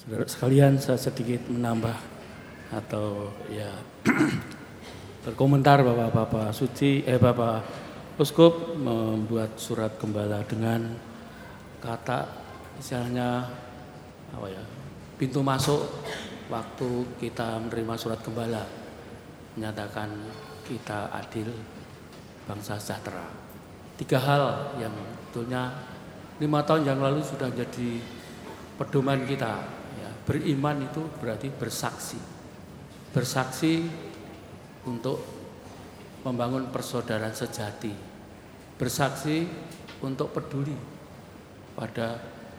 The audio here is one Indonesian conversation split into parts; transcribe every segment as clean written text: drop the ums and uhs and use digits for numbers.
Saudara sekalian, saya sedikit menambah atau ya berkomentar bahwa Bapak Uskup membuat surat gembala dengan kata misalnya pintu masuk waktu kita menerima surat gembala menyatakan kita adil, bangsa sejahtera. 3 hal yang sebetulnya 5 tahun yang lalu sudah jadi pedoman kita. Ya, beriman itu berarti bersaksi. Bersaksi untuk membangun persaudaraan sejati. Bersaksi untuk peduli pada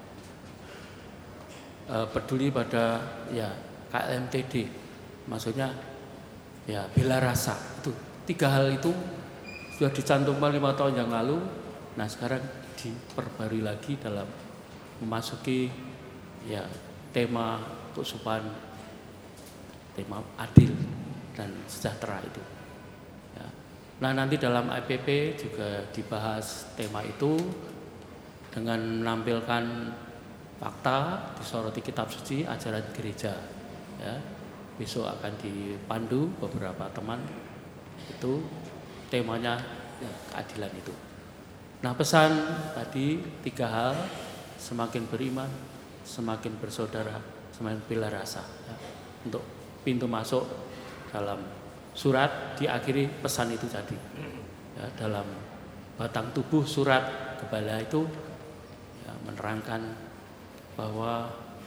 ya KMTD. Maksudnya ya bela rasa. Itu 3 hal itu sudah dicantumkan 5 tahun yang lalu. Nah, sekarang diperbarui lagi dalam memasuki ya tema kesusahan, tema adil dan sejahtera itu. Ya. Nah, nanti dalam IPP juga dibahas tema itu dengan menampilkan fakta, disoroti kitab suci, ajaran gereja. Ya. Besok akan dipandu beberapa teman itu temanya ya, keadilan itu. Nah, pesan tadi 3 hal, semakin beriman, semakin bersaudara, semakin bela rasa. Ya. Untuk pintu masuk dalam surat diakhiri pesan itu tadi. Ya, dalam batang tubuh surat gembala itu ya, menerangkan bahwa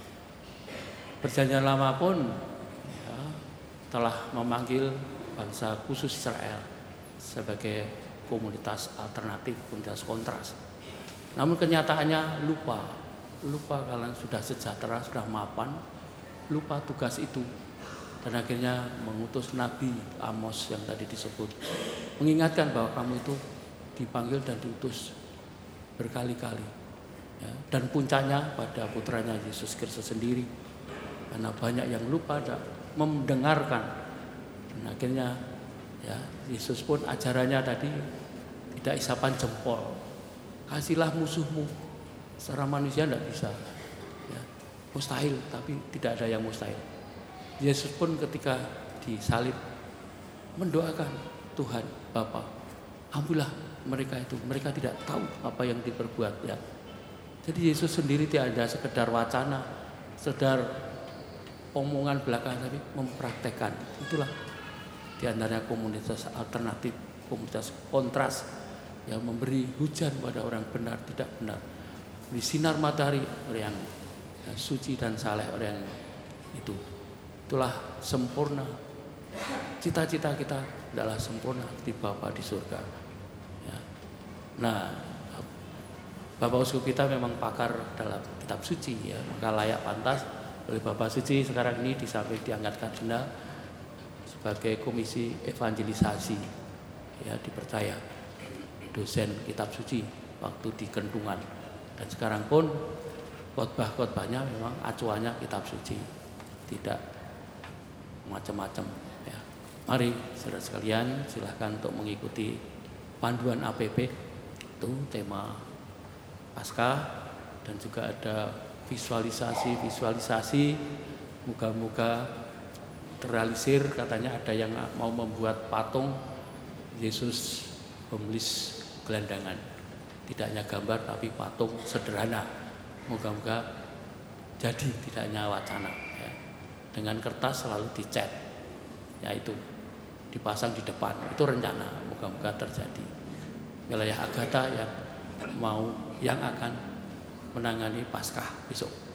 perjanjian lama pun ya, telah memanggil bangsa khusus Israel sebagai komunitas alternatif, komunitas kontras. Namun kenyataannya lupa kalian sudah sejahtera, sudah mapan, lupa tugas itu. Dan akhirnya mengutus Nabi Amos yang tadi disebut, mengingatkan bahwa kamu itu dipanggil dan diutus berkali-kali. Ya, dan puncaknya pada putranya Yesus Kristus sendiri. Karena banyak yang lupa dan mendengarkan. Dan akhirnya ya, Yesus pun ajarannya tadi tidak isapan jempol. Kasihlah musuhmu. Secara manusia tidak bisa. Ya, mustahil, tapi tidak ada yang mustahil. Yesus pun ketika disalib mendoakan Tuhan Bapa, ampunilah mereka itu. Mereka tidak tahu apa yang diperbuat. Ya. Jadi Yesus sendiri tidak ada sekedar wacana, sekedar omongan belakang, tapi mempraktekkan. Itulah di antaranya komunitas alternatif, komunitas kontras yang memberi hujan pada orang benar tidak benar, beri sinar matahari orang yang suci dan saleh orang yang itu. Itulah sempurna. Cita-cita kita adalah sempurna di Bapa di surga. Ya. Nah, Bapak Uskup kita memang pakar dalam kitab suci, ya, maka layak pantas oleh Bapak Suci sekarang ini disamping diangkat kardinal sebagai komisi evangelisasi, ya, dipercaya dosen kitab suci waktu di Kendungan, dan sekarang pun khotbah-khotbahnya memang acuannya kitab suci, tidak macam-macam. Ya. Mari saudara sekalian silahkan untuk mengikuti panduan APP itu tema Paskah, dan juga ada visualisasi. Moga-moga terrealisir. Katanya ada yang mau membuat patung Yesus pemelis gelandangan, tidak hanya gambar tapi patung sederhana. Moga-moga jadi, tidak hanya wacana, ya. Dengan kertas selalu dicat, yaitu dipasang di depan. Itu rencana, moga-moga terjadi. Wilayah Agatha yang akan menangani Paskah besok.